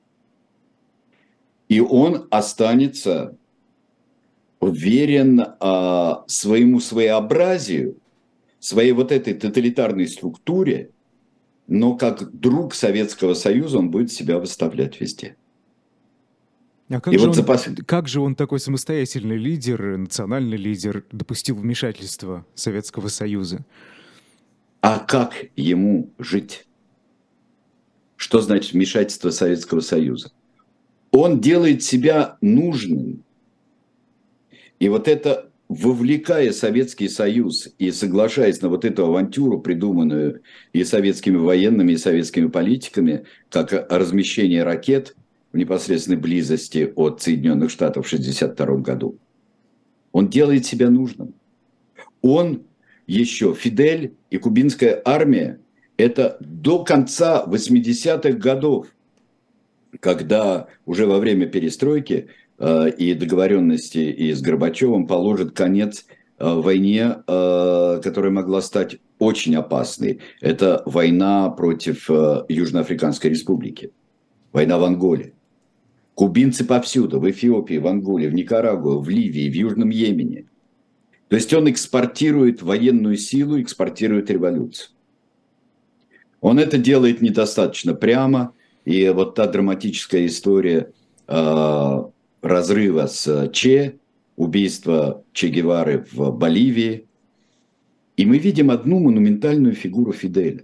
И он останется верен а, своему своеобразию, своей вот этой тоталитарной структуре, но как друг Советского Союза он будет себя выставлять везде. А как, же вот он, запас... как же он, такой самостоятельный лидер, национальный лидер, допустил вмешательство Советского Союза? А как ему жить? Что значит вмешательство Советского Союза? Он делает себя нужным. И вот это, вовлекая Советский Союз и соглашаясь на вот эту авантюру, придуманную и советскими военными, и советскими политиками, как размещение ракет в непосредственной близости от Соединенных Штатов в шестьдесят втором году. Он делает себя нужным. Он еще, Фидель и кубинская армия, это до конца восьмидесятых годов, когда уже во время перестройки э, и договоренности и с Горбачевым положит конец э, войне, э, которая могла стать очень опасной. Это война против э, Южноафриканской Республики, война в Анголе. Кубинцы повсюду, в Эфиопии, в Анголе, в Никарагуа, в Ливии, в Южном Йемене. То есть он экспортирует военную силу, экспортирует революцию. Он это делает недостаточно прямо, И вот та драматическая история э, разрыва с Че, убийства Че Гевары в Боливии. И мы видим одну монументальную фигуру Фиделя.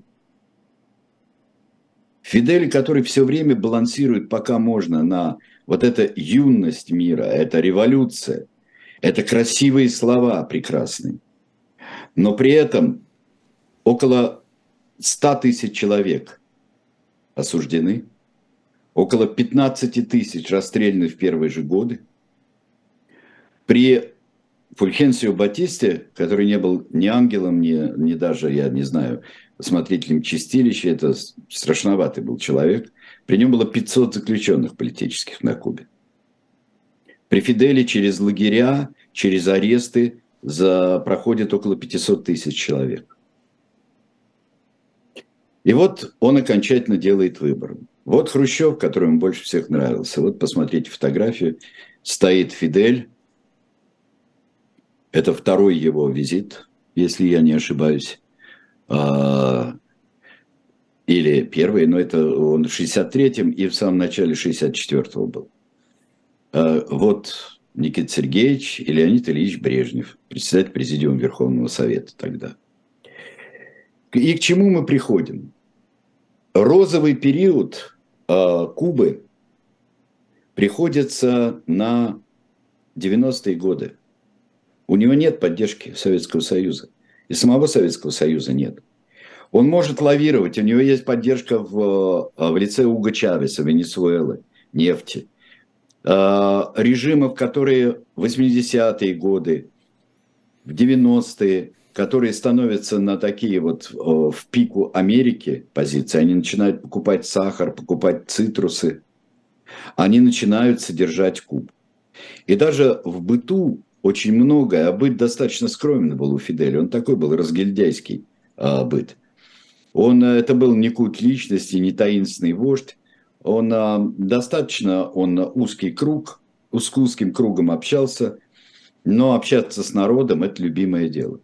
Фидель, который все время балансирует, пока можно, на вот эта юность мира, это революция, это красивые слова прекрасные. Но при этом около ста тысяч человек осуждены, около пятнадцати тысяч расстреляны в первые же годы. При Фульхенсио Батисте, который не был ни ангелом, ни, ни даже, я не знаю, смотрителем чистилища, это страшноватый был человек, при нем было пятьсот заключенных политических на Кубе. При Фиделе через лагеря, через аресты за, проходит около пятисот тысяч человек. И вот он окончательно делает выбор. Вот Хрущев, который ему больше всех нравился. Вот посмотрите фотографию. Стоит Фидель. Это второй его визит, если я не ошибаюсь. Или первый, но это он в шестьдесят третьем и в самом начале шестьдесят четвёртого был. Вот Никита Сергеевич и Леонид Ильич Брежнев, председатель Президиума Верховного Совета тогда. И к чему мы приходим? Розовый период э, Кубы приходится на девяностые годы. У него нет поддержки Советского Союза. И самого Советского Союза нет. Он может лавировать, у него есть поддержка в, в лице Уго Чавеса, Венесуэлы, нефти. Э, режимов, которые в восьмидесятые годы, в девяностые, которые становятся на такие вот в пику Америки позиции, они начинают покупать сахар, покупать цитрусы, они начинают содержать Кубу. И даже в быту очень многое, а быт достаточно скромный был у Фиделя, он такой был разгильдяйский а, быт. Он, это был не культ личности, не таинственный вождь, он а, достаточно, он узкий круг, с узким кругом общался, но общаться с народом – это любимое дело.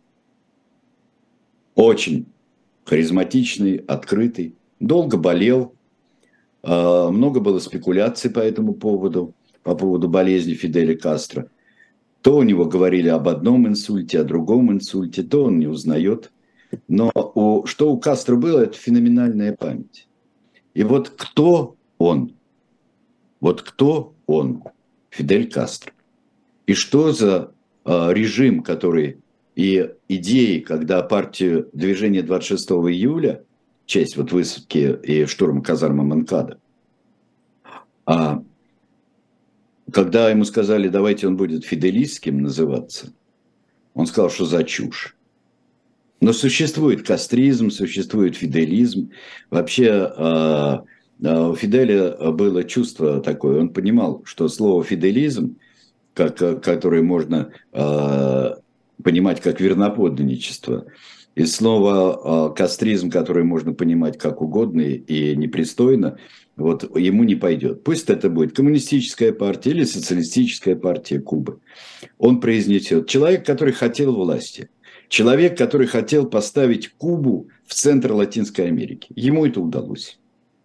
Очень харизматичный, открытый, долго болел, много было спекуляций по этому поводу, по поводу болезни Фиделя Кастро. То у него говорили об одном инсульте, о другом инсульте, то он не узнает. Но у, что у Кастро было, это феноменальная память. И вот кто он? Вот кто он? Фидель Кастро. И что за э, режим, который... И идеи, когда партию движения двадцать шестого июля, в честь вот высадки и штурма казармы Монкадо, а когда ему сказали, давайте он будет фиделистским называться, он сказал, что за чушь. Но существует кастризм, существует фиделизм. Вообще у Фиделя было чувство такое, он понимал, что слово фиделизм, как, которое можно... понимать как верноподданничество. И слово кастризм, которое можно понимать как угодно и непристойно, вот ему не пойдет. Пусть это будет коммунистическая партия или социалистическая партия Кубы. Он произнесет. Человек, который хотел власти. Человек, который хотел поставить Кубу в центр Латинской Америки. Ему это удалось.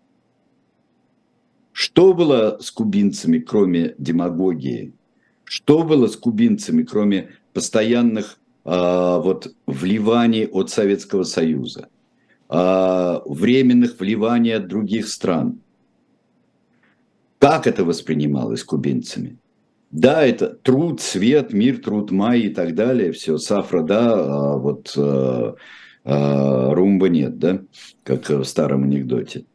Что было с кубинцами, кроме демагогии? Что было с кубинцами, кроме постоянных а, вот, вливаний от Советского Союза, а, временных вливаний от других стран? Как это воспринималось кубинцами? Да, это труд, свет, мир, труд, май и так далее. Все, сафра, да, а вот а, а, румба нет, да, как в старом анекдоте.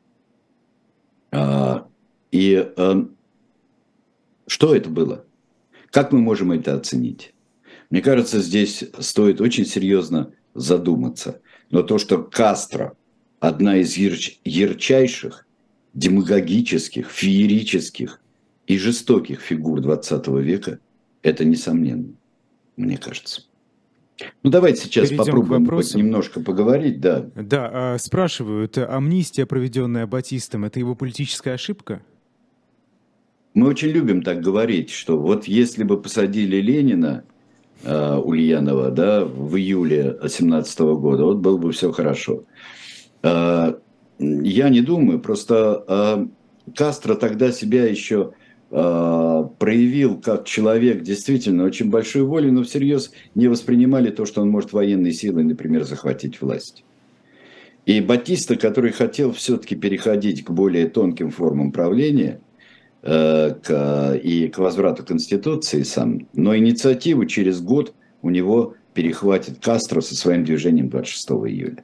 А, и а, что это было? Как мы можем это оценить? Мне кажется, здесь стоит очень серьезно задуматься. Но то, что Кастро одна из ярч- ярчайших, демагогических, феерических и жестоких фигур двадцатого века, это несомненно, мне кажется. Ну, давайте сейчас Перейдем попробуем хоть немножко поговорить. Да, да, спрашивают, амнистия, проведенная Батистом, это его политическая ошибка? Мы очень любим так говорить, что вот если бы посадили Ленина, э, Ульянова, да, в июле семнадцатого года, вот было бы все хорошо. Э, я не думаю, просто э, Кастро тогда себя еще э, проявил как человек действительно очень большой воли, но всерьез не воспринимали то, что он может военной силой, например, захватить власть. И Батиста, который хотел все-таки переходить к более тонким формам правления э, к, и к возврату Конституции сам, но инициативу через год у него перехватит Кастро со своим движением двадцать шестого июля.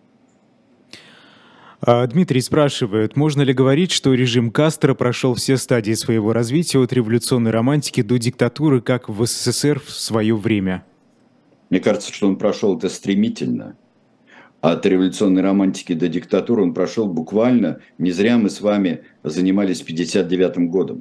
Дмитрий спрашивает, можно ли говорить, что режим Кастро прошел все стадии своего развития от революционной романтики до диктатуры, как в СССР в свое время? Мне кажется, что он прошел это стремительно. От революционной романтики до диктатуры он прошел буквально, не зря мы с вами занимались пятьдесят девятым годом.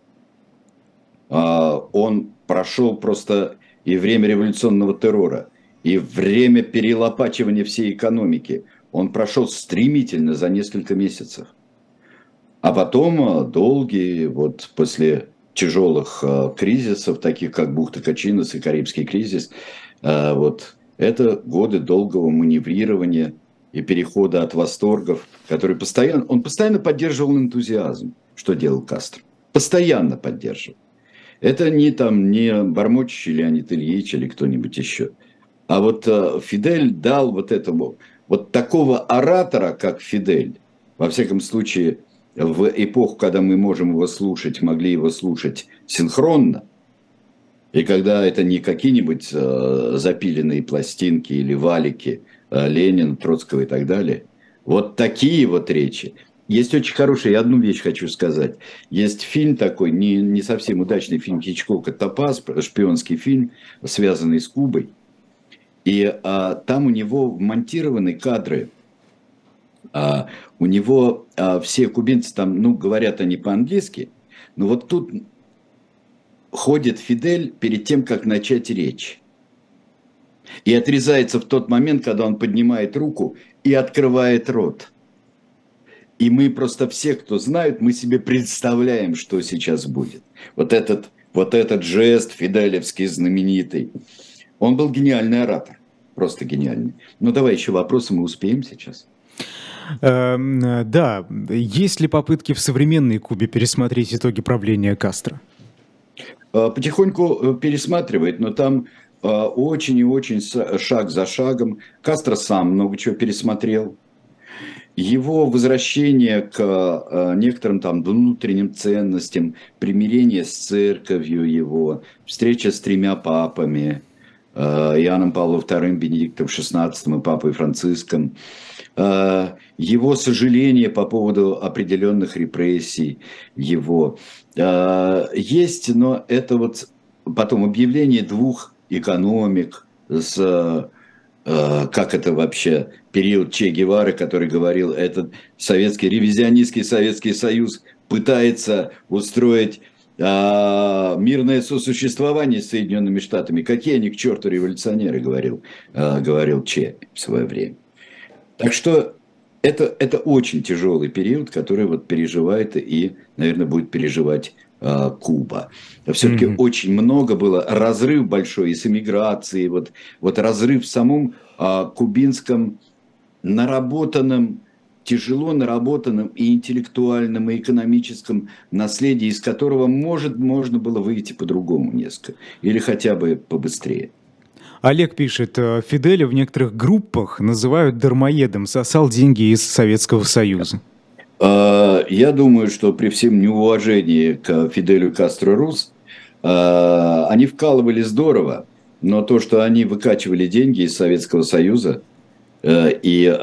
Он прошел просто и время революционного террора, и время перелопачивания всей экономики. Он прошел стремительно за несколько месяцев. А потом долгие, вот после тяжелых кризисов, таких как бухта Качинос и Карибский кризис, вот это годы долгого маневрирования и перехода от восторгов, который постоянно, он постоянно поддерживал энтузиазм, что делал Кастро. Постоянно поддерживал. Это не там, не Бормочич, Леонид Ильич или кто-нибудь еще. А вот Фидель дал вот этому... Вот такого оратора, как Фидель, во всяком случае, в эпоху, когда мы можем его слушать, могли его слушать синхронно, и когда это не какие-нибудь э, запиленные пластинки или валики э, Ленина, Троцкого и так далее, вот такие вот речи. Есть очень хорошая, я одну вещь хочу сказать. Есть фильм такой, не, не совсем удачный фильм Хичкока «Топаз», шпионский фильм, связанный с Кубой. И а, там у него вмонтированы кадры, а, у него а, все кубинцы там, ну, говорят они по-английски, но вот тут ходит Фидель перед тем, как начать речь. И отрезается в тот момент, когда он поднимает руку и открывает рот. И мы просто все, кто знают, мы себе представляем, что сейчас будет. Вот этот, вот этот жест фиделевский знаменитый. Он был гениальный оратор, просто гениальный. Ну, давай еще вопросы, мы успеем сейчас. Да, есть ли попытки в современной Кубе пересмотреть итоги правления Кастро? Потихоньку пересматривает, но там очень и очень шаг за шагом. Кастро сам много чего пересмотрел. Его возвращение к некоторым там внутренним ценностям, примирение с церковью его, встреча с тремя папами, Иоанном Павлом вторым, Бенедиктом шестнадцатым и Папой Франциском, его сожаление по поводу определенных репрессий его есть, но это вот потом объявление двух экономик с, как это вообще, период Че Гевары, который говорил, этот советский, ревизионистский Советский Союз пытается устроить а, мирное сосуществование с Соединенными Штатами. Какие они к черту революционеры, говорил, а, говорил Че в свое время. Так что это, это очень тяжелый период, который вот переживает и, наверное, будет переживать а, Куба. Все-таки mm-hmm. очень много было, разрыв большой и с эмиграцией, вот, вот разрыв в самом а, кубинском наработанном, тяжело наработанном и интеллектуальном, и экономическом наследии, из которого, может, можно было выйти по-другому несколько, или хотя бы побыстрее. Олег пишет, Фиделя в некоторых группах называют дармоедом, сосал деньги из Советского Союза. Я думаю, что при всем неуважении к Фиделю Кастро-Рус, они вкалывали здорово, но то, что они выкачивали деньги из Советского Союза и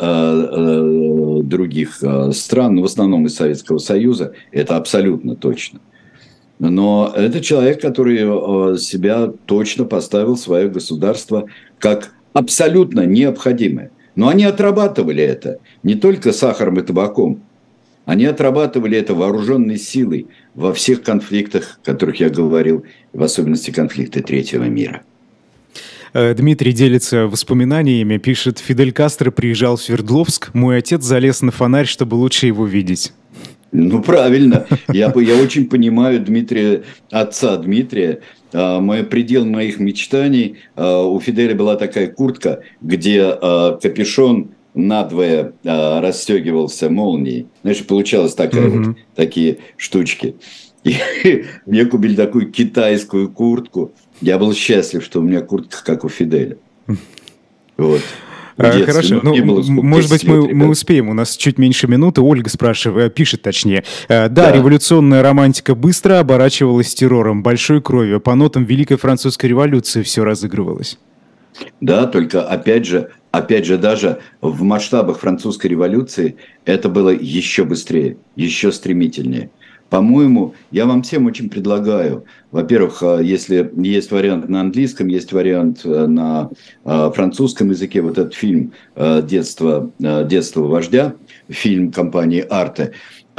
других стран, в основном из Советского Союза, это абсолютно точно. Но это человек, который себя точно поставил, свое государство, как абсолютно необходимое. Но они отрабатывали это не только сахаром и табаком, они отрабатывали это вооруженной силой во всех конфликтах, о которых я говорил, в особенности конфликты третьего мира. Дмитрий делится воспоминаниями, пишет, Фидель Кастро приезжал в Свердловск, мой отец залез на фонарь, чтобы лучше его видеть. Ну, правильно. Я, я очень понимаю Дмитрия, отца Дмитрия. Мой предел моих мечтаний. У Фиделя была такая куртка, где капюшон надвое а, расстегивался молнией. Знаешь, получалось такая mm-hmm. вот, такие штучки. И мне купили такую китайскую куртку. Я был счастлив, что у меня куртка, как у Фиделя. Вот. Детстве, Хорошо, ну, может быть, мы, мы успеем, у нас чуть меньше минуты. Ольга спрашивает, пишет точнее. Да, да, революционная романтика быстро оборачивалась террором, большой кровью. По нотам Великой Французской революции все разыгрывалось. Да, только опять же, опять же, даже в масштабах Французской революции это было еще быстрее, еще стремительнее. По-моему, я вам всем очень предлагаю, во-первых, если есть вариант на английском, есть вариант на французском языке, вот этот фильм «Детство, детство вождя», фильм компании «Арте»,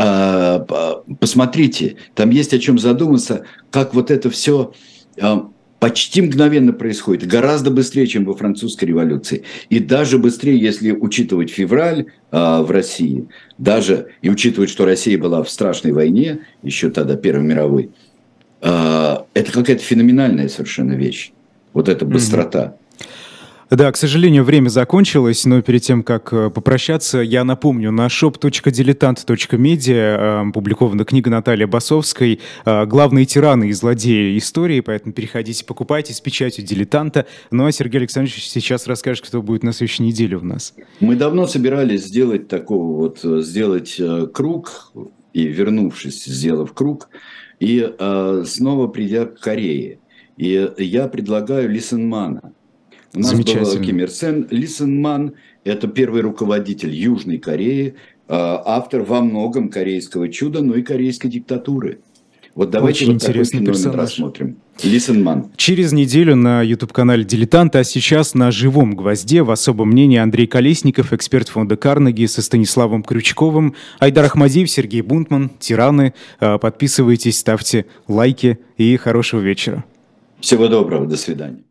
посмотрите, там есть о чем задуматься, как вот это все почти мгновенно происходит, гораздо быстрее, чем во французской революции. И даже быстрее, если учитывать февраль а, в России, даже и учитывать, что Россия была в страшной войне, еще тогда Первой мировой, а, это какая-то феноменальная совершенно вещь. Вот эта быстрота. Mm-hmm. Да, к сожалению, время закончилось, но перед тем, как попрощаться, я напомню, на shop точка дилетант точка медиа опубликована книга Натальи Басовской «Главные тираны и злодеи истории», поэтому переходите, покупайте с печатью «Дилетанта». Ну а Сергей Александрович сейчас расскажет, кто будет на следующей неделе у нас. Мы давно собирались сделать такого вот, сделать круг, и вернувшись, сделав круг, и э, снова придя к Корее. И я предлагаю Лисенмана. У нас был Ким Ир Сен. Ли Сен Ман – это первый руководитель Южной Кореи, автор во многом корейского чуда, но и корейской диктатуры. Вот давайте Очень вот интересный персонаж. Рассмотрим. Ли Сен Ман. Через неделю на YouTube-канале «Дилетант», а сейчас на «Живом гвозде» в особом мнении Андрей Колесников, эксперт фонда Карнеги со Станиславом Крючковым, Айдар Ахмадиев, Сергей Бунтман, «Тираны». Подписывайтесь, ставьте лайки и хорошего вечера. Всего доброго, до свидания.